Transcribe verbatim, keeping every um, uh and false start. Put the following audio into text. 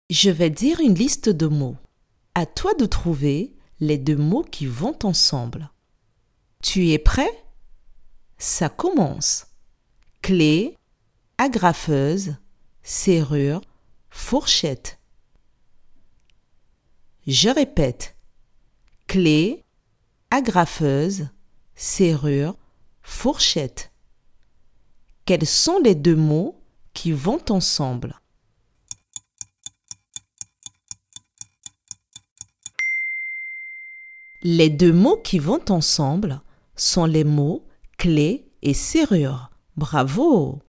Je vais dire une liste de mots. À toi de trouver les deux mots qui vont ensemble. Tu es prêt? Ça commence. Clé, agrafeuse, serrure, fourchette. Je répète. Clé, agrafeuse, serrure, fourchette. Quels sont les deux mots qui vont ensemble? Les deux mots qui vont ensemble sont les mots clé et serrure. Bravo!